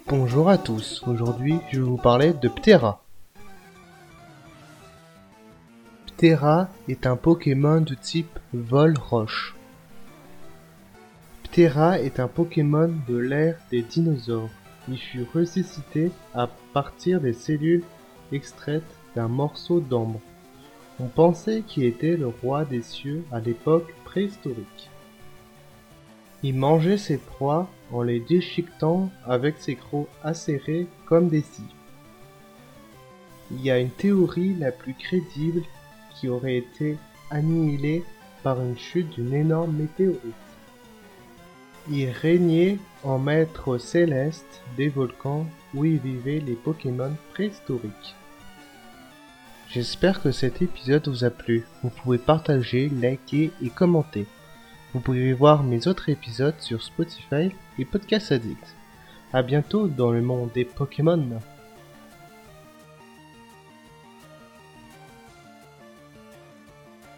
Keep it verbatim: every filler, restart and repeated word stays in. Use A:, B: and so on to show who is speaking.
A: Bonjour à tous, aujourd'hui je vais vous parler de Ptera. Ptera est un Pokémon de type Vol-Roche. Ptera est un Pokémon de l'ère des dinosaures. Il fut ressuscité à partir des cellules extraites d'un morceau d'ambre. On pensait qu'il était le roi des cieux à l'époque préhistorique. Il mangeait ses proies en les déchiquetant avec ses crocs acérés comme des scies. Il y a une théorie la plus crédible qui aurait été annihilée par une chute d'une énorme météorite. Il régnait en maître céleste des volcans où y vivaient les Pokémon préhistoriques. J'espère que cet épisode vous a plu. Vous pouvez partager, liker et commenter. Vous pouvez voir mes autres épisodes sur Spotify et Podcast Addict. À bientôt dans le monde des Pokémon.